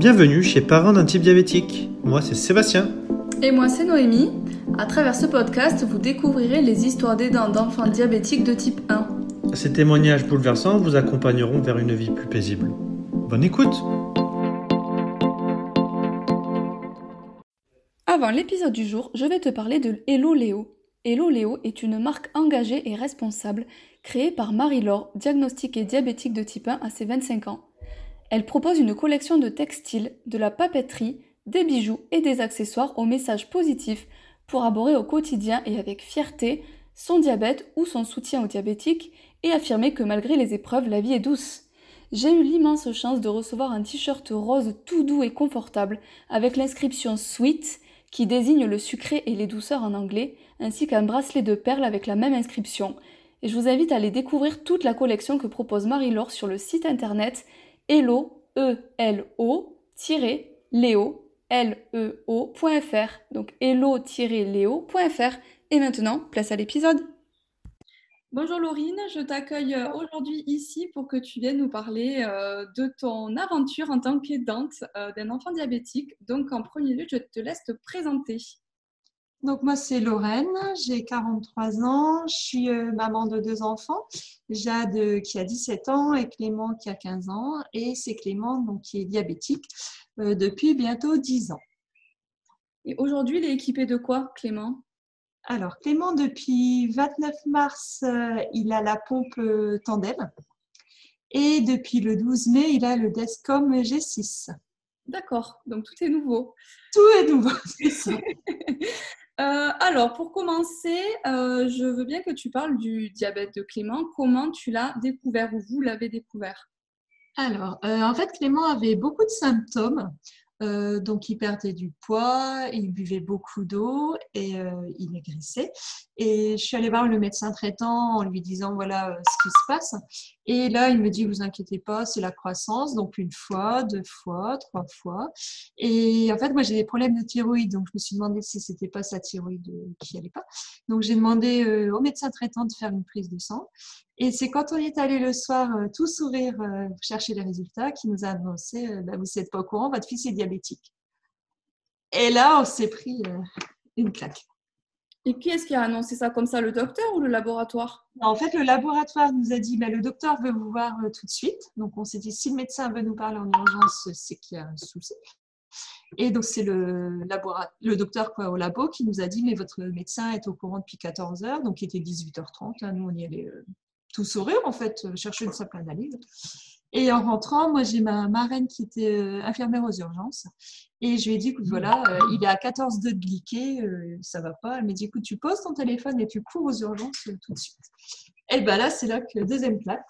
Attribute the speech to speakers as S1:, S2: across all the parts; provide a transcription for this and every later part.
S1: bienvenue chez Parents d'un type diabétique. Moi, c'est Sébastien.
S2: Et moi, c'est Noémie. À travers ce podcast, vous découvrirez les histoires d'aidants d'enfants diabétiques de type 1.
S1: Ces témoignages bouleversants vous accompagneront vers une vie plus paisible. Bonne écoute!
S2: Avant l'épisode du jour, je vais te parler de Hello Léo. Hello Léo est une marque engagée et responsable créée par Marie-Laure, diagnostiquée diabétique de type 1 à ses 25 ans. Elle propose une collection de textiles, de la papeterie, des bijoux et des accessoires au message positif pour aborder au quotidien et avec fierté son diabète ou son soutien aux diabétiques et affirmer que malgré les épreuves, la vie est douce. J'ai eu l'immense chance de recevoir un t-shirt rose tout doux et confortable avec l'inscription Sweet qui désigne le sucré et les douceurs en anglais, ainsi qu'un bracelet de perles avec la même inscription. Et je vous invite à aller découvrir toute la collection que propose Marie-Laure sur le site internet hello, leo.fr. Donc hello-leo.fr. Et maintenant, place à l'épisode. Bonjour Laurine, je t'accueille aujourd'hui ici pour que tu viennes nous parler de ton aventure en tant qu'aidante d'un enfant diabétique. Donc en premier lieu, je te laisse te présenter.
S3: Donc moi c'est Lorraine, j'ai 43 ans, je suis maman de 2 enfants, Jade qui a 17 ans et Clément qui a 15 ans, et c'est Clément donc, qui est diabétique depuis bientôt 10 ans.
S2: Et aujourd'hui, il est équipé de quoi, Clément ?
S3: Alors Clément, depuis 29 mars, il a la pompe tandem, et depuis le 12 mai, il a le Dexcom G6.
S2: D'accord, donc tout est nouveau.
S3: Tout est nouveau, c'est ça.
S2: Alors, pour commencer, je veux bien que tu parles du diabète de Clément. Comment tu l'as découvert ou vous l'avez découvert ?
S3: Alors, en fait, Clément avait beaucoup de symptômes. Donc, il perdait du poids, il buvait beaucoup d'eau et il maigrissait. Et je suis allée voir le médecin traitant en lui disant voilà ce qui se passe. Et là, il me dit vous inquiétez pas, c'est la croissance. Donc, 1 fois, 2 fois, 3 fois. Et en fait, moi, j'ai des problèmes de thyroïde. Donc, je me suis demandé si c'était pas sa thyroïde qui allait pas. Donc, j'ai demandé au médecin traitant de faire une prise de sang. Et c'est quand on y est allé le soir, tout sourire, chercher les résultats, qu'il nous a annoncé vous n'êtes pas au courant, votre fils est diabétique. Et là, on s'est pris une claque.
S2: Et qui est-ce qui a annoncé ça comme ça, le docteur ou le laboratoire ?
S3: En fait, le laboratoire nous a dit le docteur veut vous voir tout de suite. Donc, on s'est dit si le médecin veut nous parler en urgence, c'est qu'il y a un souci. Et donc, c'est le docteur au labo qui nous a dit mais votre médecin est au courant depuis 14 heures, donc il était 18h30. Nous, on y allait tout sourire, en fait, chercher une simple analyse. Et en rentrant, moi, j'ai ma marraine qui était infirmière aux urgences. Et je lui ai dit, écoute, voilà, il est à 14 de glyquée, ça va pas. Elle m'a dit, écoute, tu poses ton téléphone et tu cours aux urgences tout de suite. Et bien là, c'est là que deuxième claque.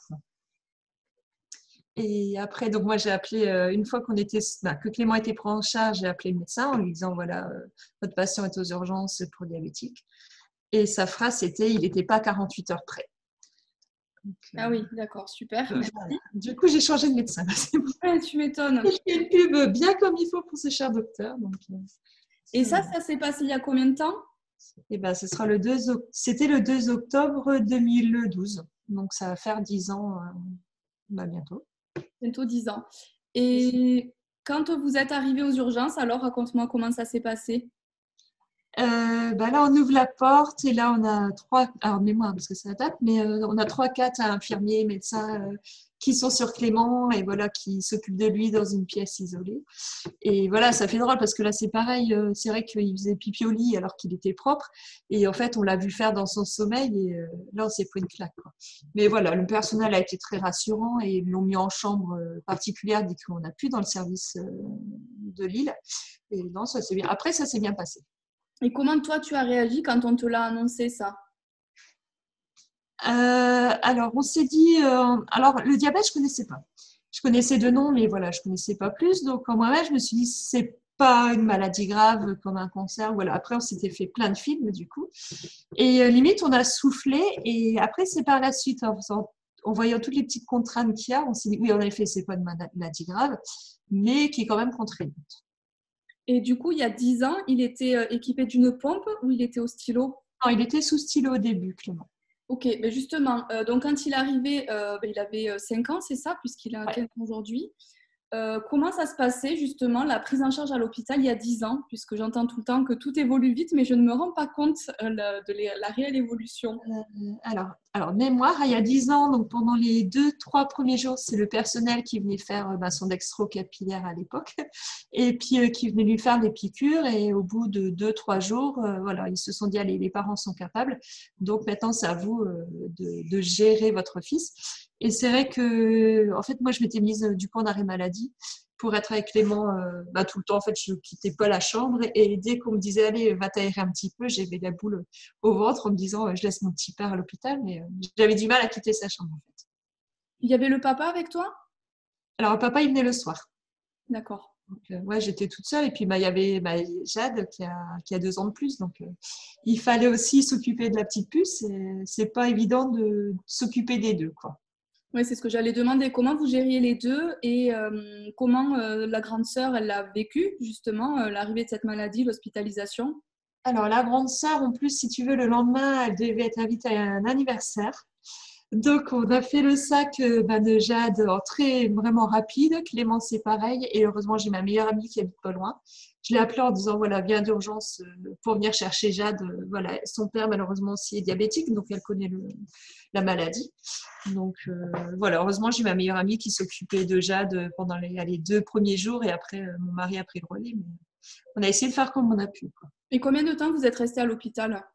S3: Et après, donc moi, j'ai appelé, une fois que Clément était pris en charge, j'ai appelé le médecin en lui disant, voilà, votre patient est aux urgences pour diabétique. Et sa phrase, c'était, il n'était pas 48 heures près.
S2: Donc, ah oui, d'accord, super.
S3: Voilà. Du coup, j'ai changé de médecin.
S2: Ouais, tu m'étonnes.
S3: Je fais une pub bien comme il faut pour ce cher docteur. Donc,
S2: et ça s'est passé il y a combien de temps ?
S3: Et ben, c'était le 2 octobre 2012. Donc, ça va faire 10 ans bientôt.
S2: Bientôt 10 ans. Et quand vous êtes arrivé aux urgences, alors raconte-moi comment ça s'est passé.
S3: Là, on ouvre la porte et là, on a 3, alors mémoire parce que ça date, mais on a 3-4 infirmiers, médecins qui sont sur Clément et voilà, qui s'occupent de lui dans une pièce isolée. Et voilà, ça fait drôle parce que là, c'est pareil, c'est vrai qu'il faisait pipi au lit alors qu'il était propre. Et en fait, on l'a vu faire dans son sommeil et là, on s'est pris une claque, quoi. Mais voilà, le personnel a été très rassurant et ils l'ont mis en chambre particulière dès qu'on n'a plus dans le service de Lille. Et non, ça s'est bien. Après, ça s'est bien passé.
S2: Et comment toi, tu as réagi quand on te l'a annoncé, ça ?
S3: Alors, on s'est dit… alors, le diabète, je ne connaissais pas. Je connaissais de nom, mais voilà, je ne connaissais pas plus. Donc, en moi-même, je me suis dit, ce n'est pas une maladie grave comme un cancer. Voilà. Après, on s'était fait plein de films, du coup. Et limite, on a soufflé. Et après, c'est par la suite, en voyant toutes les petites contraintes qu'il y a, on s'est dit, oui, en effet, ce n'est pas une maladie grave, mais qui est quand même contraignante.
S2: Et du coup, il y a 10 ans, il était équipé d'une pompe ou il était au stylo ?
S3: Non, il était sous stylo au début, Clément.
S2: Ok, mais justement, donc quand il est arrivé, il avait 5 ans, c'est ça, puisqu'il a 15 ans aujourd'hui. comment ça se passait justement la prise en charge à l'hôpital il y a 10 ans, puisque j'entends tout le temps que tout évolue vite, mais je ne me rends pas compte de la réelle évolution.
S3: Mémoire, il y a 10 ans, donc pendant les 2-3 premiers jours, c'est le personnel qui venait faire son dextro capillaire à l'époque, et puis qui venait lui faire des piqûres, et au bout de 2-3 jours, voilà, ils se sont dit, allez, les parents sont capables, donc maintenant c'est à vous de gérer votre fils. Et c'est vrai que, en fait, moi, je m'étais mise du coup en arrêt maladie pour être avec Clément tout le temps. En fait, je ne quittais pas la chambre. Et dès qu'on me disait, allez, va t'aérer un petit peu, j'avais la boule au ventre en me disant, je laisse mon petit père à l'hôpital. Mais j'avais du mal à quitter sa chambre, en fait.
S2: Il y avait le papa avec toi?
S3: Alors, papa, il venait le soir.
S2: D'accord.
S3: Donc, j'étais toute seule. Et puis, il y avait Jade qui a 2 ans de plus. Donc, il fallait aussi s'occuper de la petite puce. Et c'est pas évident de s'occuper des deux, quoi.
S2: Oui, c'est ce que j'allais demander. Comment vous gériez les deux et comment la grande sœur, elle l'a vécu, justement, l'arrivée de cette maladie, l'hospitalisation?
S3: Alors, la grande sœur, en plus, si tu veux, le lendemain, elle devait être invitée à un anniversaire. Donc, on a fait le sac de Jade en très vraiment rapide. Clément, c'est pareil. Et heureusement, j'ai ma meilleure amie qui habite pas loin. Je l'ai appelée en disant, voilà, viens d'urgence pour venir chercher Jade. Voilà, son père, malheureusement, aussi est diabétique, donc elle connaît la maladie. Donc, voilà, heureusement, j'ai ma meilleure amie qui s'occupait de Jade pendant les 2 premiers jours. Et après, mon mari a pris le relais. Mais on a essayé de faire comme on a pu, quoi.
S2: Et combien de temps vous êtes resté à l'hôpital?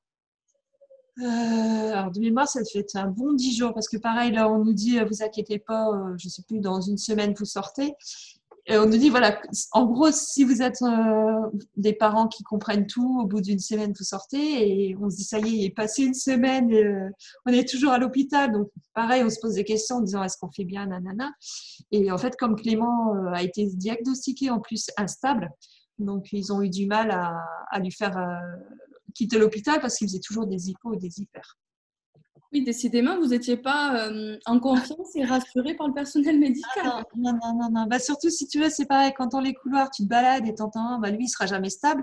S3: Alors, de mémoire, ça fait un bon 10 jours parce que pareil, là, on nous dit, vous inquiétez pas, je sais plus, dans une semaine, vous sortez. Et on nous dit, voilà, en gros, si vous êtes des parents qui comprennent tout, au bout d'une semaine, vous sortez. Et on se dit, ça y est, il est passé une semaine, on est toujours à l'hôpital. Donc, pareil, on se pose des questions en disant, est-ce qu'on fait bien, nanana. Et en fait, comme Clément a été diagnostiqué en plus instable, donc ils ont eu du mal à lui faire quitter l'hôpital parce qu'il faisait toujours des hypos et des hyper.
S2: Oui, décidément, vous n'étiez pas en confiance et rassuré par le personnel médical.
S3: Non. Surtout, si tu veux, c'est pareil. Quand dans les couloirs, tu te balades et t'entends, lui, il sera jamais stable.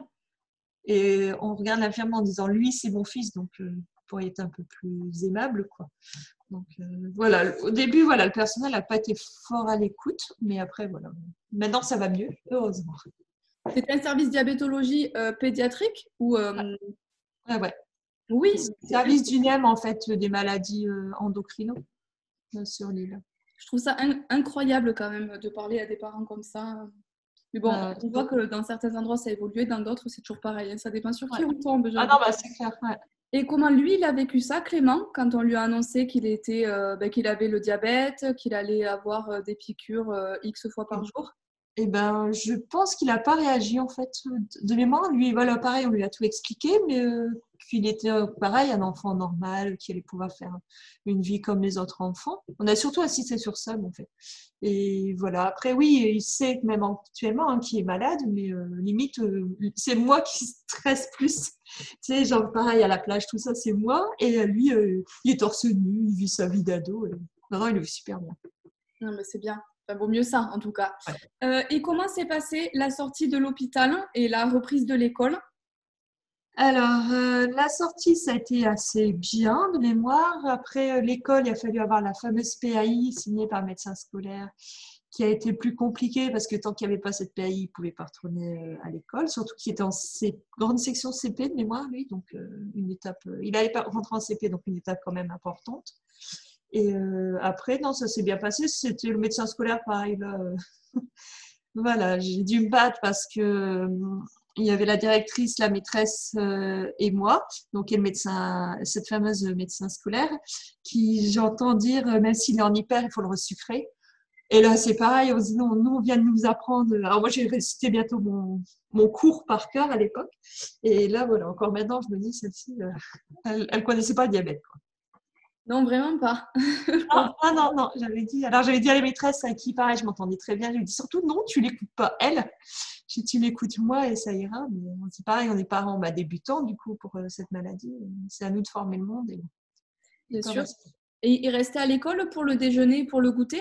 S3: Et on regarde l'infirmière en disant, lui, c'est mon fils, donc pour être un peu plus aimable, quoi. Donc voilà, au début, voilà, le personnel n'a pas été fort à l'écoute, mais après, voilà. Maintenant, ça va mieux, heureusement.
S2: C'était un service diabétologie pédiatrique ou
S3: Ouais.
S2: Oui,
S3: Service du NEM, en fait, des maladies endocrino sur l'île.
S2: je trouve ça incroyable quand même de parler à des parents comme ça. Mais bon, on voit que dans certains endroits ça a évolué, dans d'autres c'est toujours pareil, hein. Ça dépend sur qui on tombe.
S3: Ah non, c'est clair. Ouais.
S2: Et comment lui, il a vécu ça, Clément, quand on lui a annoncé qu'il qu'il avait le diabète, qu'il allait avoir des piqûres X fois par jour?
S3: Eh ben, je pense qu'il n'a pas réagi en fait de mémoire. Lui, voilà, pareil, on lui a tout expliqué, mais qu'il était pareil, un enfant normal, qui allait pouvoir faire une vie comme les autres enfants. On a surtout insisté sur ça, en fait. Et voilà. Après, oui, il sait même actuellement qu'il est malade, mais limite, c'est moi qui stresse plus. Tu sais, genre pareil à la plage, tout ça, c'est moi. Et lui, il est torse nu, il vit sa vie d'ado. Non, il est super bien.
S2: Non, mais c'est bien. Ça vaut mieux ça, en tout cas.
S3: Ouais.
S2: Et comment s'est passée la sortie de l'hôpital et la reprise de l'école?
S3: Alors, la sortie, ça a été assez bien de mémoire. Après l'école, il a fallu avoir la fameuse PAI signée par le médecin scolaire, qui a été plus compliquée parce que tant qu'il n'y avait pas cette PAI, il ne pouvait pas retourner à l'école, surtout qu'il était en grande section CP de mémoire, lui. Donc, une étape, il n'allait pas rentrer en CP, donc une étape quand même importante. Et après, non, ça s'est bien passé. C'était le médecin scolaire, pareil. Là, voilà, j'ai dû me battre parce que il y avait la directrice, la maîtresse et moi, donc et le médecin, cette fameuse médecin scolaire, qui j'entends dire, même s'il est en hyper, il faut le resucrer. Et là, c'est pareil, on se dit non, nous, on vient de nous apprendre. Alors moi, j'ai récité bientôt mon cours par cœur à l'époque. Et là, voilà, encore maintenant, je me dis, celle-ci, elle ne connaissait pas le diabète, quoi.
S2: Non, vraiment pas.
S3: Non, j'avais dit. Alors, j'avais dit à la maîtresse à qui, pareil, je m'entendais très bien. Je lui ai dit surtout, non, tu l'écoutes pas, elle. J'ai dit, tu l'écoutes moi et ça ira. Mais on dit pareil, on est parents débutants, du coup, pour cette maladie. C'est à nous de former le monde.
S2: Bien sûr. Et il restait à l'école pour le déjeuner, pour le goûter?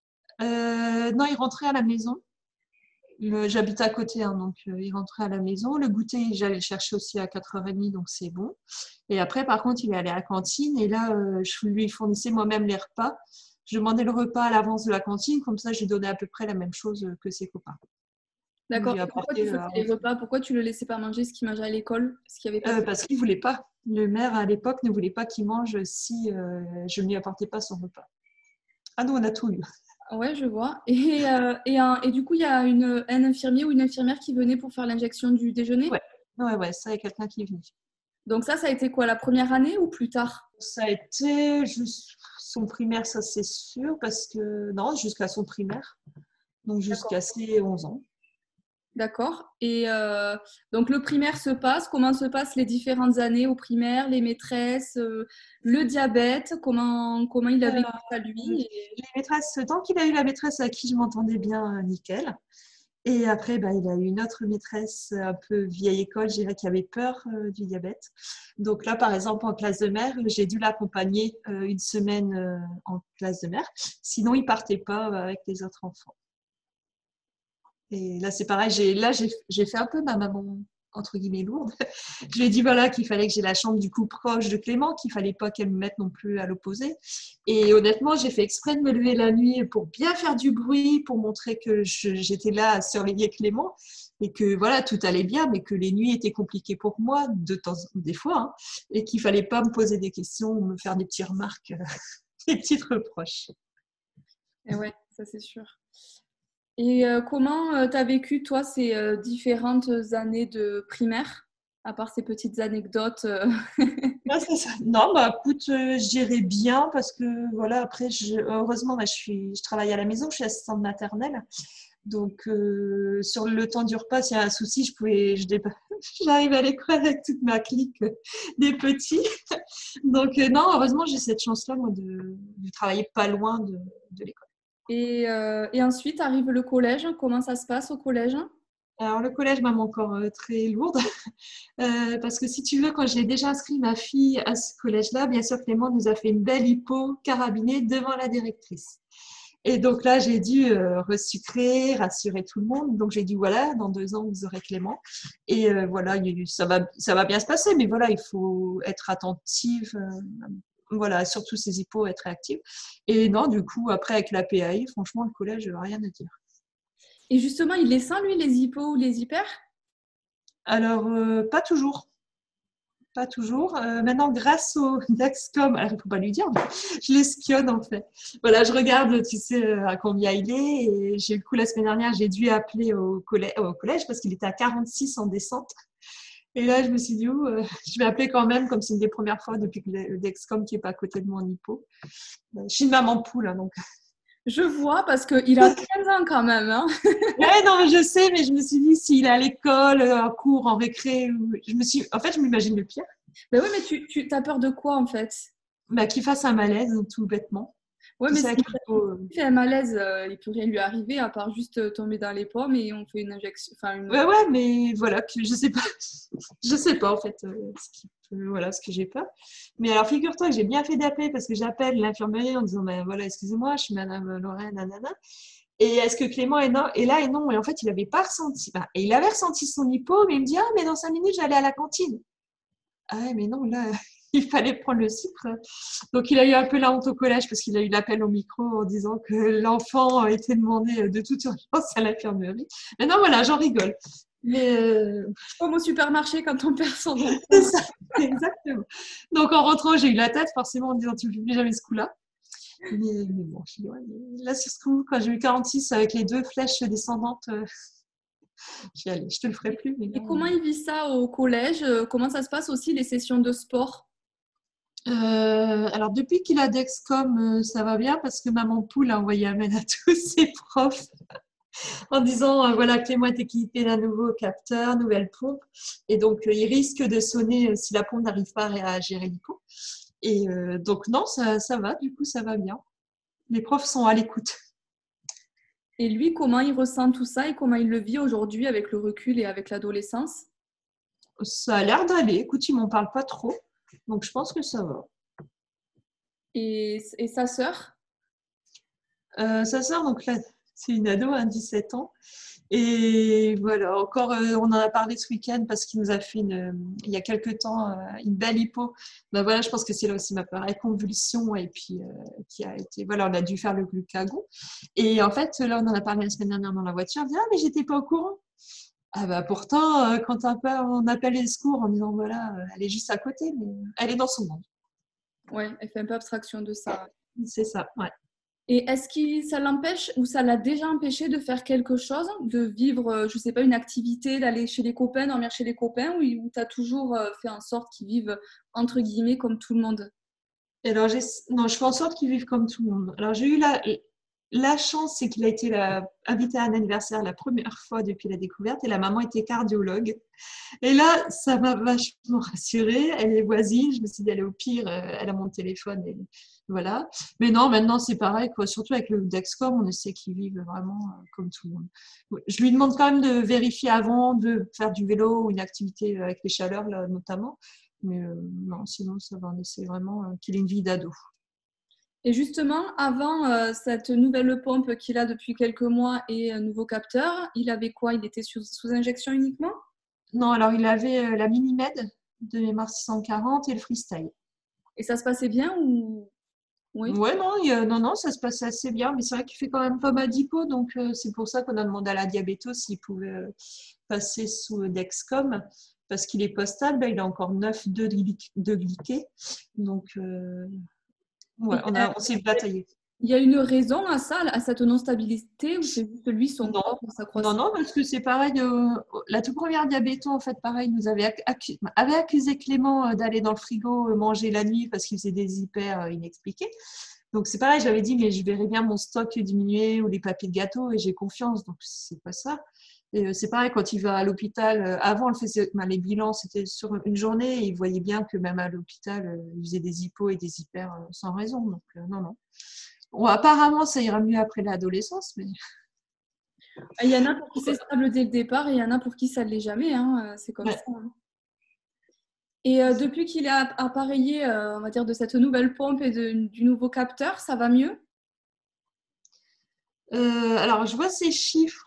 S3: Non, il rentrait à la maison. J'habite à côté, hein, donc il rentrait à la maison. Le goûter, j'allais le chercher aussi à 4h30, donc c'est bon. Et après, par contre, il est allé à la cantine et là, je lui fournissais moi-même les repas. je demandais le repas à l'avance de la cantine, comme ça, je lui donnais à peu près la même chose que ses copains. Donc,
S2: D'accord.
S3: j'ai
S2: Et pourquoi tu
S3: apporté
S2: faisais les repas? Pourquoi tu le laissais pas manger ce qu'il mangeait à l'école? Parce qu'il y avait pas de...
S3: parce qu'il ne voulait pas. Le maire, à l'époque, ne voulait pas qu'il mange si je ne lui apportais pas son repas. Ah, nous, on a tout eu.
S2: Ouais, je vois. Et du coup, il y a un infirmier ou une infirmière qui venait pour faire l'injection du déjeuner.
S3: Ouais, ouais, ouais, ça, il y a quelqu'un qui est venu.
S2: Donc ça a été quoi, la première année ou plus tard?
S3: Ça a été juste son primaire, ça c'est sûr, parce que non, jusqu'à son primaire, donc jusqu'à
S2: D'accord.
S3: ses 11 ans.
S2: D'accord. Et donc le primaire se passe. Comment se passent les différentes années au primaire, les maîtresses, le diabète, comment il a vécu
S3: Alors,
S2: ça lui?
S3: les maîtresses, tant qu'il a eu la maîtresse à qui je m'entendais bien, nickel. Et après, bah, il a eu une autre maîtresse un peu vieille école, je dirais, qui avait peur du diabète. Donc là, par exemple, en classe de mère, j'ai dû l'accompagner une semaine en classe de mère. Sinon, il partait pas avec les autres enfants. Et là, c'est pareil, j'ai fait un peu ma maman, entre guillemets, lourde. Je lui ai dit voilà, qu'il fallait que j'ai la chambre du coup proche de Clément, qu'il fallait pas qu'elle me mette non plus à l'opposé. Et honnêtement, j'ai fait exprès de me lever la nuit pour bien faire du bruit, pour montrer que j'étais là à surveiller Clément et que voilà, tout allait bien, mais que les nuits étaient compliquées pour moi, des fois, hein, et qu'il fallait pas me poser des questions ou me faire des petites remarques, des petites reproches.
S2: Et ouais, ça c'est sûr. Et comment tu as vécu, toi, ces différentes années de primaire, à part ces petites anecdotes
S3: Ouais, c'est ça. Non, bah écoute, je dirais bien parce que voilà, après, heureusement, bah, je travaille à la maison, je suis assistante maternelle. Donc, sur le temps du repas, s'il y a un souci, j'arrive à l'école avec toute ma clique des petits. Donc, non, heureusement, j'ai cette chance-là, moi, de travailler pas loin de l'école.
S2: et ensuite arrive le collège. Comment ça se passe au collège?
S3: Alors, le collège m'a encore très lourde. Parce que si tu veux, quand j'ai déjà inscrit ma fille à ce collège-là, bien sûr, Clément nous a fait une belle hypo carabinée devant la directrice. Et donc là, j'ai dû resucrer, rassurer tout le monde. Donc j'ai dit voilà, dans 2 ans, vous aurez Clément. Et voilà, ça va bien se passer, mais voilà, il faut être attentive. Voilà, surtout ces hippos, être réactive. Et non, du coup, après avec la PAI, franchement, le collège, rien à dire.
S2: Et justement, il les sent, lui, les hippos ou les hyper?
S3: Alors, pas toujours. Pas toujours. Maintenant, grâce au Dexcom, alors il ne faut pas lui dire, mais je l'espionne en fait. Voilà, je regarde, tu sais, à combien il est. Et j'ai eu le coup la semaine dernière, j'ai dû appeler au collège parce qu'il était à 46 en descente. Et là, je me suis dit, je vais appeler quand même, comme c'est une des premières fois depuis que le Dexcom qui n'est pas à côté de mon hippo. Je suis une maman poule, hein, donc.
S2: Je vois, parce qu'il a 15 ans quand même. Hein.
S3: Ouais, non, mais je sais, mais je me suis dit, s'il est à l'école, en cours, en récré, en fait, je m'imagine le pire.
S2: Ben oui, mais tu as peur de quoi en fait?
S3: Bah, qu'il fasse un malaise, tout bêtement.
S2: Ouais,
S3: Tu
S2: mais
S3: sais,
S2: s'il
S3: avec l'hypo.
S2: fait un malaise, il peut rien lui arriver à part juste tomber dans les pommes et on fait une injection. Enfin,
S3: Ouais, ouais, mais voilà, je sais pas, je sais pas en fait voilà ce que j'ai peur. Mais alors figure-toi que j'ai bien fait d'appeler parce que j'appelle l'infirmerie en disant ben voilà, excusez-moi, je suis Madame Lorraine, nanana. Et est-ce que Clément est, est là et non? Et en fait, il avait pas ressenti. Et il avait ressenti son hypo, mais il me dit ah mais dans 5 minutes j'allais à la cantine. Ah ouais, mais non, là, il fallait prendre le sucre. Donc, il a eu un peu la honte au collège parce qu'il a eu l'appel au micro en disant que l'enfant a été demandé de toute urgence à l'infirmerie. Mais non, voilà, j'en rigole. Mais
S2: comme au supermarché quand on perd son
S3: c'est
S2: enfant.
S3: ça, exactement. Donc, en rentrant, j'ai eu la tête forcément en disant tu ne fais plus jamais ce coup-là. Mais bon, je dis, ouais, mais là, sur ce coup, quand j'ai eu 46 avec les 2 flèches descendantes, j'y allais. Je te le ferai plus, mais
S2: Et
S3: non.
S2: comment il vit ça au collège? Comment ça se passe aussi les sessions de sport?
S3: Alors, depuis qu'il a Dexcom, ça va bien parce que Maman Poule a envoyé un mail à tous ses profs en disant voilà, Clément est équipé d'un nouveau capteur, nouvelle pompe. Et donc, il risque de sonner si la pompe n'arrive pas à gérer l'hypo. Et donc, non, ça va, du coup, ça va bien. Les profs sont à l'écoute.
S2: Et lui, comment il ressent tout ça et comment il le vit aujourd'hui avec le recul et avec l'adolescence?
S3: Ça a l'air d'aller. Écoute, ils m'en parlent pas trop. Donc, je pense que ça va.
S2: Et sa sœur?
S3: Sa sœur, donc là, c'est une ado à 17 ans. Et voilà, encore, on en a parlé ce week-end parce qu'il nous a fait il y a quelques temps une belle hypo. Ben voilà, je pense que c'est là aussi ma peur, convulsion et puis qui a été, voilà, on a dû faire le glucagon. Et en fait, là, on en a parlé la semaine dernière dans la voiture. On dit, ah, mais j'étais pas au courant. Ah bah pourtant, quand on appelle les secours en disant voilà, elle est juste à côté, mais elle est dans son monde.
S2: Ouais, elle fait un peu abstraction de ça.
S3: C'est ça, ouais.
S2: Et est-ce que ça l'empêche ou ça l'a déjà empêché de faire quelque chose, de vivre, je sais pas, une activité, d'aller chez les copains, dormir chez les copains, ou tu as toujours fait en sorte qu'ils vivent entre guillemets comme tout le monde?
S3: Et alors, non, je fais en sorte qu'ils vivent comme tout le monde. Alors, j'ai eu la chance, c'est qu'il a été invité à un anniversaire la première fois depuis la découverte et la maman était cardiologue. Et là, ça m'a vachement rassurée. Elle est voisine. Je me suis dit, elle est au pire, elle a mon téléphone. Et voilà. Mais non, maintenant, c'est pareil, quoi. Surtout avec le Dexcom, on essaie qu'ils vivent vraiment comme tout le monde. Je lui demande quand même de vérifier avant de faire du vélo ou une activité avec les chaleurs, là, notamment. Mais non, sinon, ça va. On essaie vraiment qu'il ait une vie d'ado.
S2: Et justement, avant cette nouvelle pompe qu'il a depuis quelques mois et un nouveau capteur, il avait quoi? Il était sous injection uniquement?
S3: Non, alors il avait la Minimed de mémoire 640 et le Freestyle.
S2: Et ça se passait bien ou... Oui.
S3: Ouais, non, non, ça se passe assez bien, mais c'est vrai qu'il fait quand même pas mal d'hypo, donc c'est pour ça qu'on a demandé à la diabéto s'il pouvait passer sous Dexcom, parce qu'il est pas stable, il a encore 9 de glyqué, donc ouais, on s'est bataillé.
S2: Il y a une raison à ça, à cette non-stabilité, ou c'est juste lui, son
S3: Non,
S2: corps, sa
S3: non,
S2: croissance?
S3: non, parce que c'est pareil. La toute première diabéto, en fait, pareil, nous avait accusé Clément d'aller dans le frigo manger la nuit parce qu'il faisait des hyper inexpliqués. Donc c'est pareil, j'avais dit, mais je verrais bien mon stock diminuer ou les papiers de gâteau et j'ai confiance, donc c'est pas ça. Et c'est pareil, quand il va à l'hôpital, avant, les bilans, c'était sur une journée et il voyait bien que même à l'hôpital, il faisait des hypos et des hyper sans raison. Donc non, non. Bon, apparemment, ça ira mieux après l'adolescence, mais
S2: Il y en a pour qui c'est stable dès le départ et il y en a pour qui ça ne l'est jamais, hein, c'est comme
S3: ouais.
S2: ça. Hein. Et depuis qu'il est appareillé, on va dire, de cette nouvelle pompe et du nouveau capteur, ça va mieux?
S3: Alors, je vois ces chiffres.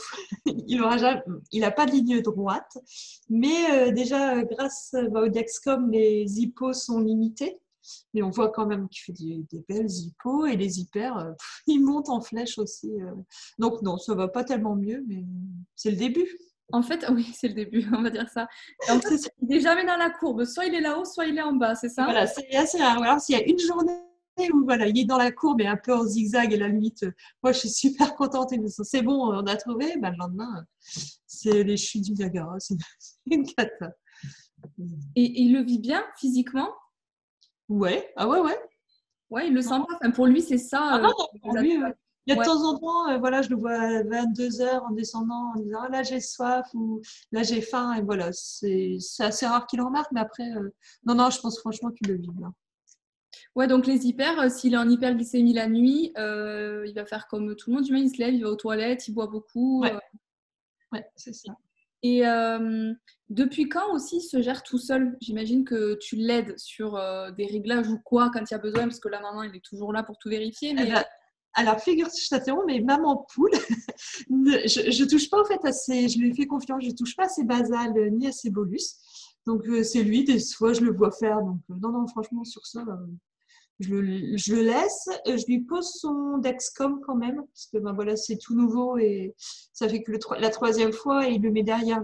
S3: Il n'a pas de ligne droite, mais déjà, grâce au Dexcom, les hippos sont limités. Mais on voit quand même qu'il fait des belles hippos et les hyper, ils montent en flèche aussi. Donc, non, ça va pas tellement mieux, mais c'est le début.
S2: En fait, oui, c'est le début, on va dire ça. Et en fait,
S3: C'est ça.
S2: il n'est jamais dans la courbe. Soit il est là-haut, soit il est en bas, c'est ça?
S3: Voilà, c'est assez rare. Alors, s'il y a une journée où voilà, il est dans la courbe et un peu en zigzag, et la limite, moi je suis super contente. Et c'est bon, on a trouvé. Ben, le lendemain, c'est les chutes du Niagara, c'est une cata.
S2: Et il le vit bien physiquement?
S3: Ouais, ah ouais, ouais.
S2: Ouais, il le sent pas. Enfin, pour lui, c'est ça.
S3: Ah non, non, pour lui, il y a de
S2: Ouais.
S3: temps en temps, voilà, je le vois à 22 heures en descendant en disant ah, là j'ai soif ou là j'ai faim. Et voilà, c'est assez rare qu'il le remarque, mais après, non, non, je pense franchement qu'il le vit bien.
S2: Ouais, donc les hyper, s'il est en hyperglycémie la nuit, il va faire comme tout le monde, il se lève, il va aux toilettes, il boit beaucoup.
S3: Ouais, ouais, c'est ça.
S2: Et depuis quand aussi il se gère tout seul? J'imagine que tu l'aides sur des réglages ou quoi quand il y a besoin, parce que la maman, elle est toujours là pour tout vérifier.
S3: Eh
S2: Mais
S3: ben, alors, je t'interromps, mais maman poule, je touche pas en fait à ses, je lui fais confiance, je touche pas à ses basales ni à ses bolus. Donc, c'est lui, des fois, je le vois faire. Donc, non, non, franchement, sur ça, je le laisse. Je lui pose son Dexcom quand même, parce que ben, voilà, c'est tout nouveau et ça fait que la troisième fois, et il le met derrière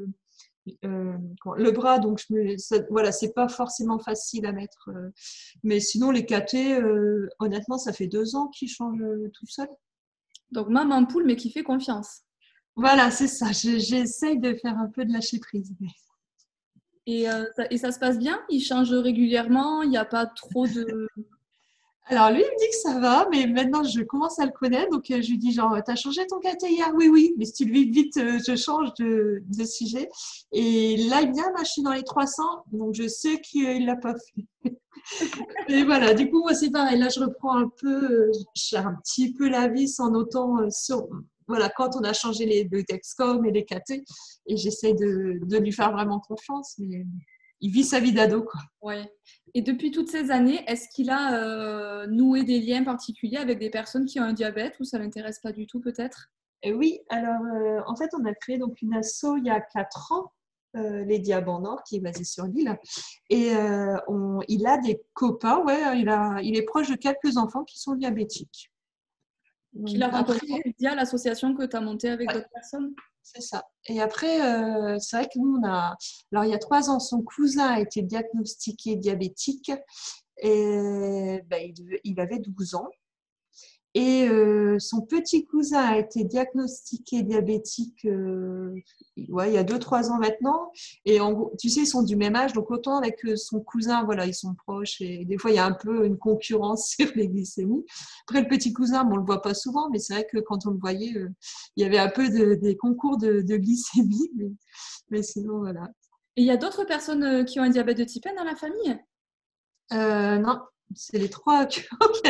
S3: le bras, donc voilà, c'est pas forcément facile à mettre. Mais sinon, les KT, honnêtement, ça fait 2 ans qu'ils changent tout seul.
S2: donc maman poule, mais qui fait confiance.
S3: Voilà, c'est ça. J'essaye de faire un peu de lâcher prise.
S2: Et ça se passe bien? Il change régulièrement? Il n'y a pas trop de...
S3: Alors, lui, il me dit que ça va, mais maintenant, je commence à le connaître. Donc, je lui dis genre, t'as changé ton KT hier? Oui, oui. Mais si tu le vis vite, je change de sujet. Et là, il me dit, ah, bah, je suis dans les 300. Donc, je sais qu'il l'a pas fait. Et voilà, du coup, moi, c'est pareil. Là, je reprends un peu, je serre un petit peu la vis en notant voilà, quand on a changé le Dexcom et les KT. Et j'essaie de lui faire vraiment confiance. Mais il vit sa vie d'ado, quoi.
S2: Ouais. Et depuis toutes ces années, est-ce qu'il a noué des liens particuliers avec des personnes qui ont un diabète ou ça l'intéresse pas du tout peut-être?
S3: Et oui, alors en fait, on a créé donc une asso il y a 4 ans, les Diamants Nord, qui est basée sur l'île. Et il a des copains, ouais, il est proche de quelques enfants qui sont diabétiques.
S2: Qu'il a
S3: Après,
S2: rencontré via l'association que tu as montée avec
S3: ouais,
S2: d'autres personnes.
S3: c'est ça. Et après, c'est vrai que nous, alors il y a 3 ans, son cousin a été diagnostiqué diabétique et ben, il avait 12 ans. Et son petit cousin a été diagnostiqué diabétique ouais, il y a 2-3 ans maintenant. Et en gros, tu sais, ils sont du même âge, donc autant avec son cousin, voilà, ils sont proches. Et des fois, il y a un peu une concurrence sur les glycémies. Après, le petit cousin, bon, on le voit pas souvent, mais c'est vrai que quand on le voyait, il y avait un peu des concours de glycémie. Mais sinon, voilà.
S2: Et il y a d'autres personnes qui ont un diabète de type 1 dans la famille?
S3: Non, c'est les 3 qui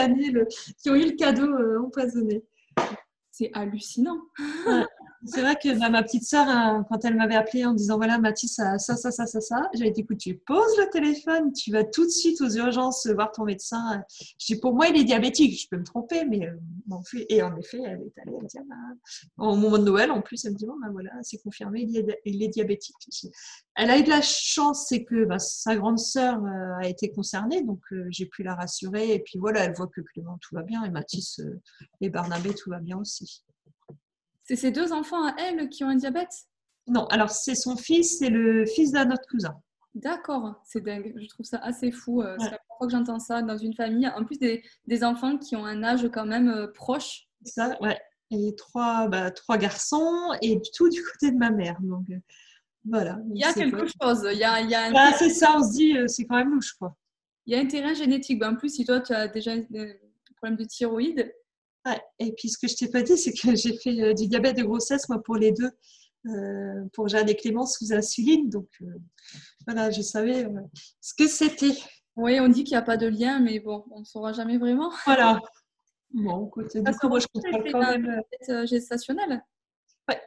S3: ont eu le cadeau empoisonné.
S2: C'est hallucinant.
S3: Ouais. C'est vrai que ma petite sœur, quand elle m'avait appelée en disant voilà, Mathis, ça, j'avais dit écoute, tu poses le téléphone, tu vas tout de suite aux urgences voir ton médecin. Je dis pour moi, il est diabétique, je peux me tromper, mais bon, et en effet, elle est allée, elle dit au moment de Noël, en plus, elle me dit bon, ben voilà, c'est confirmé, il est diabétique. Elle a eu de la chance, c'est que sa grande sœur a été concernée, donc j'ai pu la rassurer. Et puis voilà, elle voit que Clément, tout va bien, et Mathis et Barnabé, tout va bien aussi.
S2: C'est ces 2 enfants à elle qui ont un diabète?
S3: Non, alors c'est son fils, c'est le fils d'un autre cousin.
S2: D'accord, c'est dingue. Je trouve ça assez fou. C'est
S3: Ouais,
S2: la première fois que j'entends ça dans une famille. En plus des enfants qui ont un âge quand même proche.
S3: ça, ouais. Et 3 garçons et tout du côté de ma mère. Donc voilà.
S2: Il y a quelque chose.
S3: Ah, c'est ça, on se dit, c'est quand même louche, quoi.
S2: Il y a un terrain génétique. En plus, si toi, tu as déjà un problème de thyroïde.
S3: Ouais. Et puis ce que je t'ai pas dit, c'est que j'ai fait du diabète de grossesse, moi, pour les deux, pour Jeanne et Clément sous insuline. Donc voilà, je savais ce que c'était.
S2: Oui, on dit qu'il n'y a pas de lien, mais bon, on ne saura jamais vraiment.
S3: Voilà. Bon, écoute,
S2: Ça
S3: du
S2: se
S3: coup, moi, je
S2: retrouve
S3: comprends
S2: chez
S3: quand
S2: un
S3: même.
S2: diabète gestationnel.
S3: Ouais.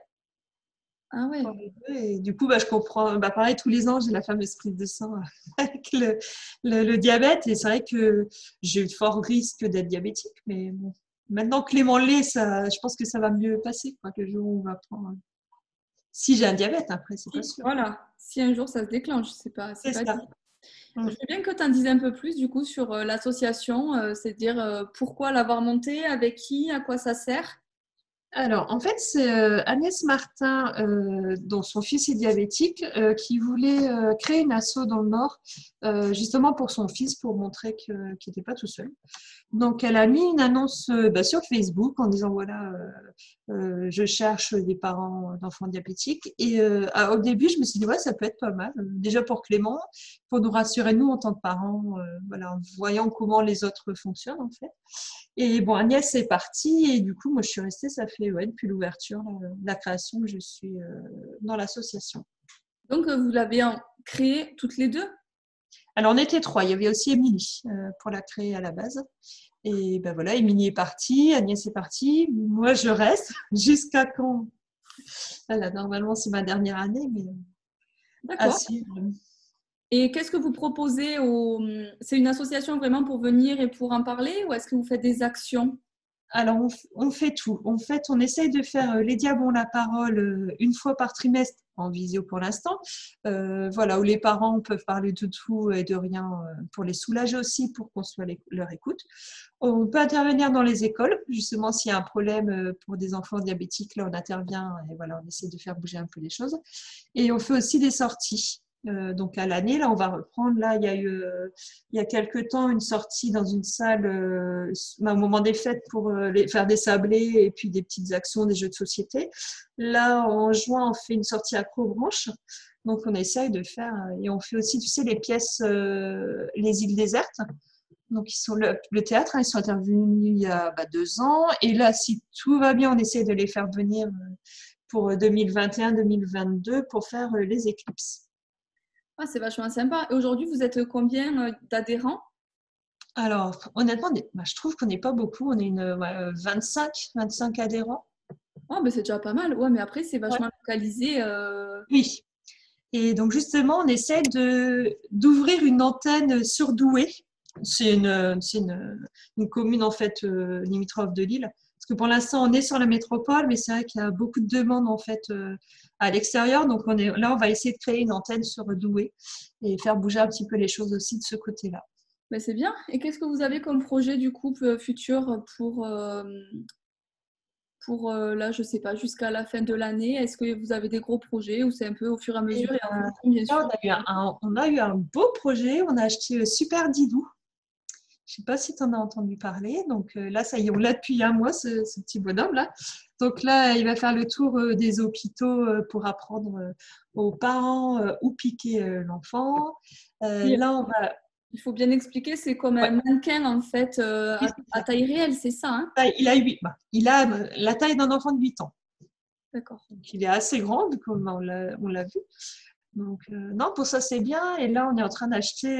S2: Ah ouais.
S3: Pour les deux. Et du coup, je comprends. Pareil, tous les ans, j'ai la fameuse prise de sang avec le diabète. Et c'est vrai que j'ai eu de forts risques d'être diabétique. Mais bon, maintenant que Clément l'est, je pense que ça va mieux passer, quoi, le jour où on va prendre. Si j'ai un diabète, après, c'est pas sûr.
S2: Voilà. Si un jour ça se déclenche, c'est
S3: C'est
S2: pas
S3: ça.
S2: dit. Je veux bien que tu en dises un peu plus du coup sur l'association, c'est-à-dire pourquoi l'avoir montée, avec qui, à quoi ça sert.
S3: Alors, en fait, c'est Agnès Martin, dont son fils est diabétique, qui voulait créer une asso dans le Nord, justement pour son fils, pour montrer qu'il n'était pas tout seul. Donc, elle a mis une annonce sur Facebook en disant, voilà, je cherche des parents d'enfants diabétiques. Et au début, je me suis dit, ouais, ça peut être pas mal. Déjà pour Clément, pour nous rassurer, nous, en tant que parents, voilà, en voyant comment les autres fonctionnent, en fait. Et bon, Agnès est partie et du coup, moi, je suis restée, ça fait depuis l'ouverture, la création, que je suis dans l'association.
S2: Donc vous l'avez créée toutes les deux?
S3: Alors, on était 3. Il y avait aussi Émilie pour la créer à la base. Et ben voilà, Émilie est partie, Agnès est partie. Moi, je reste jusqu'à quand? Là, normalement, c'est ma dernière année, mais à
S2: D'accord.
S3: suivre.
S2: Et qu'est-ce que vous proposez C'est une association vraiment pour venir et pour en parler ou est-ce que vous faites des actions?
S3: Alors, on fait tout. En fait, on essaye de faire les Diamants la parole une fois par trimestre, en visio pour l'instant. Voilà, où les parents peuvent parler de tout et de rien pour les soulager aussi, pour qu'on soit leur écoute. On peut intervenir dans les écoles, justement, s'il y a un problème pour des enfants diabétiques, là, on intervient et voilà, on essaie de faire bouger un peu les choses. Et on fait aussi des sorties. Donc à l'année, là, on va reprendre. Là, il y a eu il y a quelques temps une sortie dans une salle au moment des fêtes pour faire des sablés et puis des petites actions, des jeux de société. Là, en juin, on fait une sortie accrobranche. Donc on essaye de faire et on fait aussi, tu sais, les pièces, les îles désertes. Donc ils sont le théâtre, ils sont intervenus il y a 2 ans. Et là, si tout va bien, on essaie de les faire venir pour 2021-2022 pour faire les éclipses.
S2: Ah, c'est vachement sympa. Et aujourd'hui, vous êtes combien d'adhérents?
S3: Alors, honnêtement, je trouve qu'on n'est pas beaucoup. On est 25 adhérents.
S2: Oh, ben c'est déjà pas mal. Ouais, mais après, c'est vachement
S3: Ouais.
S2: localisé.
S3: Oui. Et donc, justement, on essaie d'ouvrir une antenne sur Douai. C'est une commune, en fait, limitrophe de Lille. Parce que pour l'instant, on est sur la métropole, mais c'est vrai qu'il y a beaucoup de demandes en fait à l'extérieur. Donc on va essayer de créer une antenne sur Douai et faire bouger un petit peu les choses aussi de ce côté-là.
S2: Ben, c'est bien. Et qu'est-ce que vous avez comme projet du coup futur là, je sais pas, jusqu'à la fin de l'année? Est-ce que vous avez des gros projets ou c'est un peu au fur et à
S3: Et,
S2: mesure et en fonction, bien
S3: là,
S2: sûr?
S3: on a eu un beau projet. On a acheté Super Didou. Je ne sais pas si tu en as entendu parler. Donc là, ça y est, on l'a depuis un mois, ce petit bonhomme-là. Donc là, il va faire le tour des hôpitaux pour apprendre aux parents où piquer l'enfant.
S2: Oui,
S3: Là, on va…
S2: il faut bien expliquer, c'est comme
S3: Ouais,
S2: un mannequin en fait
S3: oui,
S2: à taille réelle, c'est ça, hein?
S3: il a la taille d'un enfant de 8 ans.
S2: D'accord.
S3: Donc, il est assez grand, comme on l'a vu. Donc, non, pour ça, c'est bien. Et là, on est en train d'acheter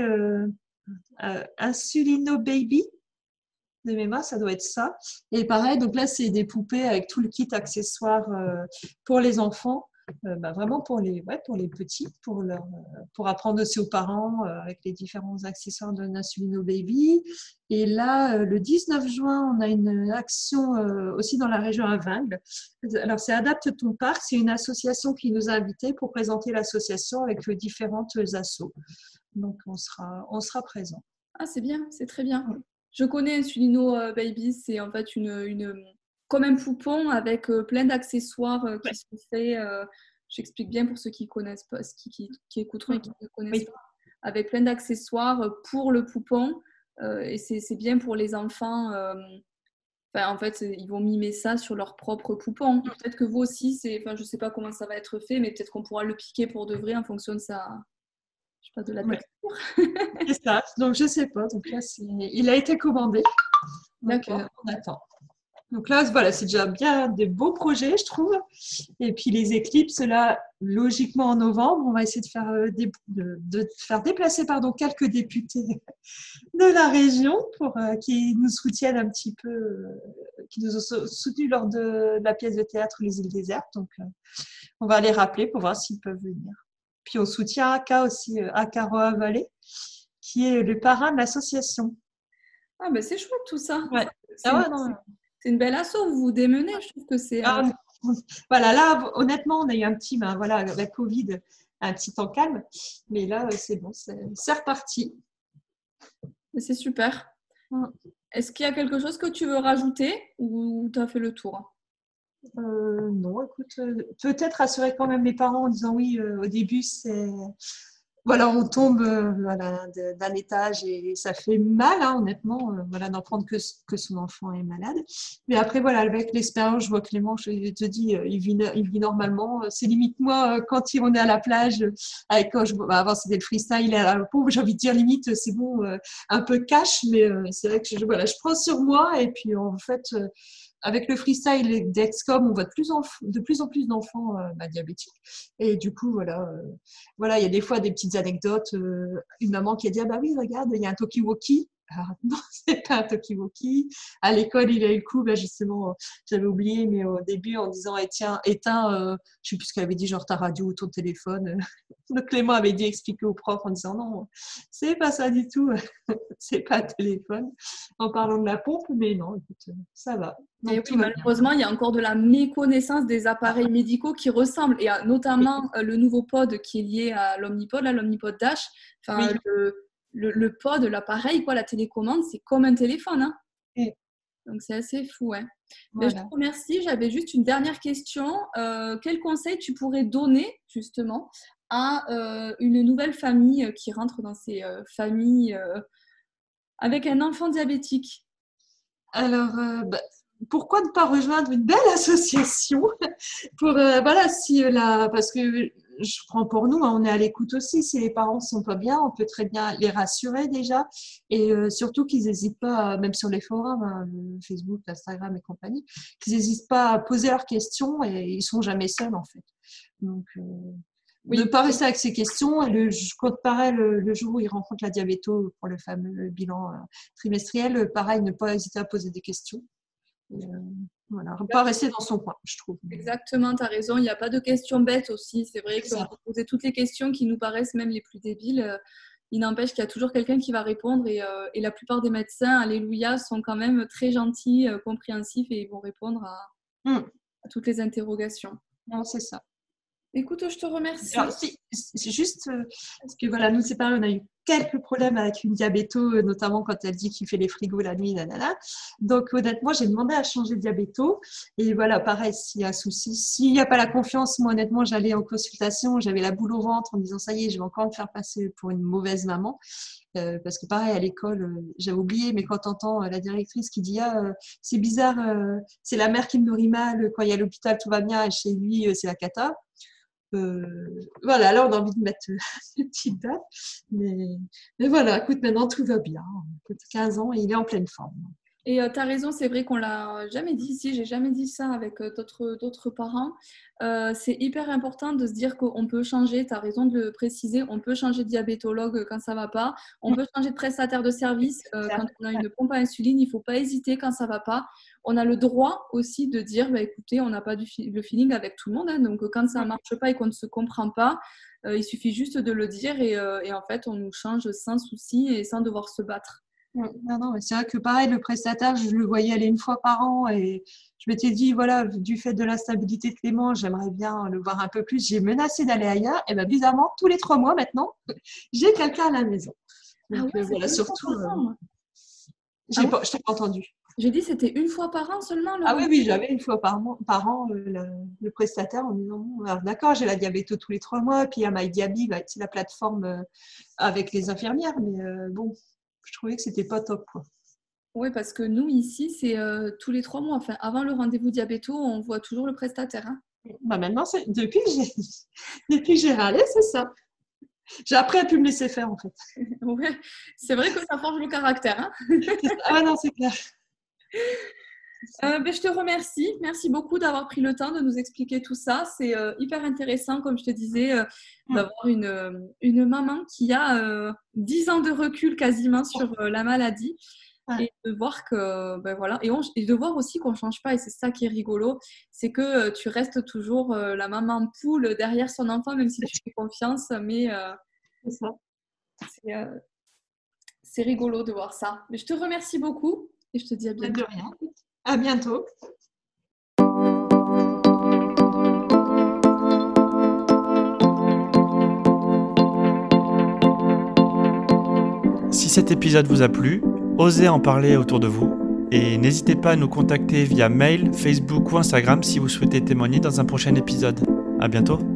S3: Insulino Baby. De mémoire, ça doit être ça. Et pareil, donc là, c'est des poupées avec tout le kit accessoire pour les enfants, vraiment pour pour les petits, pour apprendre aussi aux parents avec les différents accessoires de Nasulino Baby. Et là, le 19 juin, on a une action aussi dans la région à Vingles. Alors, c'est Adapte ton parc, c'est une association qui nous a invités pour présenter l'association avec différentes assos. Donc, on sera présent.
S2: Ah, c'est bien, c'est très bien. Je connais Insulino Baby, c'est en fait comme un poupon avec plein d'accessoires qui sont faits. J'explique bien pour ceux qui connaissent pas, qui écouteront et qui ne connaissent
S3: Oui.
S2: pas, avec plein d'accessoires pour le poupon. Et c'est bien pour les enfants. Enfin, en fait, ils vont mimer ça sur leur propre poupon. Peut-être que vous aussi, enfin, je sais pas comment ça va être fait, mais peut-être qu'on pourra le piquer pour de vrai en fonction de je sais pas, de la
S3: Ouais.
S2: texture.
S3: C'est ça. Donc, je sais pas. Donc là, il a été commandé. Donc,
S2: D'accord.
S3: on attend. Donc là, voilà, c'est déjà bien des beaux projets, je trouve. Et puis les éclipses, là, logiquement en novembre, on va essayer de faire, de faire déplacer quelques députés de la région pour qui nous soutiennent un petit peu, qui nous ont soutenus lors de la pièce de théâtre Les Îles Désertes. Donc, on va les rappeler pour voir s'ils peuvent venir. Puis on soutient Aka aussi, Aka Roa Valley, qui est le parrain de l'association.
S2: Ah, ben c'est chouette tout ça.
S3: Ouais.
S2: C'est
S3: Ah
S2: une,
S3: ouais, non.
S2: c'est une belle asso, vous vous démenez. Je trouve que c'est.
S3: Ah, voilà, là, honnêtement, on a eu un petit, voilà, avec Covid, un petit temps calme. Mais là, c'est bon, c'est reparti.
S2: C'est super.
S3: Mm.
S2: Est-ce qu'il y a quelque chose que tu veux rajouter ou tu as fait le tour?
S3: Non, écoute, peut-être rassurer quand même mes parents en disant oui, au début, voilà, on tombe voilà, d'un étage et ça fait mal, hein, honnêtement, voilà, d'apprendre que son enfant est malade. Mais après, voilà, avec l'expérience, je vois Clément, je te dis, il vit normalement. C'est limite moi, quand on est à la plage, avant c'était le freestyle à la pompe, j'ai envie de dire limite, c'est bon, un peu cash, mais c'est vrai que voilà, je prends sur moi et puis en fait, avec le freestyle d'Excom, on voit de plus en plus d'enfants diabétiques. Et du coup, voilà, il y a des fois des petites anecdotes. Une maman qui a dit ah bah oui, regarde, il y a un talkie-walkie. Alors, non, c'est pas un talkie-walkie. À l'école, il a eu le coup, bah justement, j'avais oublié, mais au début, en disant éteins, je sais plus ce qu'elle avait dit, genre ta radio ou ton téléphone. Donc Clément avait dit expliquer au prof en disant non, c'est pas ça du tout, c'est pas un téléphone. En parlant de la pompe, mais non, écoute, ça va.
S2: Et
S3: Donc
S2: oui,
S3: tout va bien.
S2: malheureusement, il y a encore de la méconnaissance des appareils médicaux qui ressemblent, et notamment le nouveau pod qui est lié à l'Omnipod, là, l'Omnipod Dash. Enfin,
S3: Oui.
S2: le pod, l'appareil, quoi, la télécommande, c'est comme un téléphone, hein.
S3: Et
S2: Donc, c'est assez fou, hein. Mais je te
S3: voilà.
S2: remercie. J'avais juste une dernière question. Quel conseil tu pourrais donner, justement, à une nouvelle famille qui rentre dans ces familles avec un enfant diabétique?
S3: Alors, pourquoi ne pas rejoindre une belle association pour, voilà, parce que je prends pour nous, hein, on est à l'écoute aussi. Si les parents sont pas bien, on peut très bien les rassurer déjà, et surtout qu'ils n'hésitent pas, même sur les forums, hein, le Facebook, Instagram et compagnie, qu'ils n'hésitent pas à poser leurs questions et ils sont jamais seuls en fait. Donc, ne
S2: Oui,
S3: pas rester avec ces questions. Et quand pareil, le jour où ils rencontrent la diabéto pour le fameux bilan trimestriel, pareil, ne pas hésiter à poser des questions. Et, voilà, pas rester dans son coin, je trouve.
S2: exactement, tu as raison. Il n'y a pas de questions bêtes aussi. C'est vrai
S3: C'est
S2: qu'on
S3: ça.
S2: peut poser toutes les questions qui nous paraissent même les plus débiles. il n'empêche qu'il y a toujours quelqu'un qui va répondre et la plupart des médecins, alléluia, sont quand même très gentils, compréhensifs et ils vont répondre à toutes les interrogations.
S3: Non, c'est ça.
S2: Écoute, je te remercie.
S3: Alors, c'est juste parce que voilà, nous, c'est pareil, on a eu quelques problèmes avec une diabéto, notamment quand elle dit qu'il fait les frigos la nuit, nanana. Donc, honnêtement, j'ai demandé à changer de diabéto. Et voilà, pareil, s'il y a un souci, s'il n'y a pas la confiance, moi, honnêtement, j'allais en consultation, j'avais la boule au ventre en me disant, ça y est, je vais encore me faire passer pour une mauvaise maman. Parce que pareil, à l'école, j'avais oublié, mais quand tu entends la directrice qui dit c'est bizarre, c'est la mère qui me nourrit mal, quand il y a l'hôpital, tout va bien, et chez lui, c'est la cata. Voilà, là on a envie de mettre une petite date, mais voilà, écoute, maintenant tout va bien, écoute, 15 ans et il est en pleine forme.
S2: Et tu as raison, c'est vrai qu'on l'a jamais dit ici, j'ai jamais dit ça avec d'autres parents. C'est hyper important de se dire qu'on peut changer, tu as raison de le préciser, on peut changer de diabétologue quand ça va pas, on peut changer de prestataire de service quand on a une pompe à insuline, il faut pas hésiter quand ça va pas. On a le droit aussi de dire, bah, écoutez, on n'a pas le feeling avec tout le monde, hein, donc quand ça marche pas et qu'on ne se comprend pas, il suffit juste de le dire et en fait, on nous change sans souci et sans devoir se battre.
S3: Non, mais c'est vrai que pareil, le prestataire, je le voyais aller une fois par an et je m'étais dit, voilà, du fait de l'instabilité de Clément, j'aimerais bien le voir un peu plus. J'ai menacé d'aller ailleurs et bien bizarrement, tous les 3 mois maintenant, j'ai quelqu'un à la maison. Donc voilà, surtout. Je t'ai pas entendu.
S2: J'ai dit c'était une fois par an seulement
S3: oui, j'avais une fois par an le prestataire en me disant d'accord, j'ai la diabéto tous les 3 mois, puis il y a MyDiaby, c'est la plateforme avec les infirmières, mais bon, je trouvais que c'était pas top, quoi.
S2: Oui, parce que nous ici, c'est tous les 3 mois. Enfin, avant le rendez-vous diabéto, on voit toujours le prestataire. Hein.
S3: Bah maintenant, depuis que j'ai râlé, c'est ça. J'ai appris à plus me laisser faire, en fait.
S2: Ouais, c'est vrai que ça forge le caractère. Hein.
S3: Ah non, c'est clair.
S2: Je te remercie. Merci beaucoup d'avoir pris le temps de nous expliquer tout ça. C'est hyper intéressant, comme je te disais, d'avoir une maman qui a 10 ans de recul quasiment sur la maladie. Et de voir que, ben voilà, et de voir aussi qu'on ne change pas. Et c'est ça qui est rigolo, c'est que tu restes toujours la maman poule derrière son enfant, même si tu fais confiance. Mais
S3: c'est ça.
S2: C'est rigolo de voir ça. Mais je te remercie beaucoup et je te dis à bientôt.
S3: De rien. À bientôt.
S1: Si cet épisode vous a plu, osez en parler autour de vous et n'hésitez pas à nous contacter via mail, Facebook ou Instagram si vous souhaitez témoigner dans un prochain épisode. À bientôt.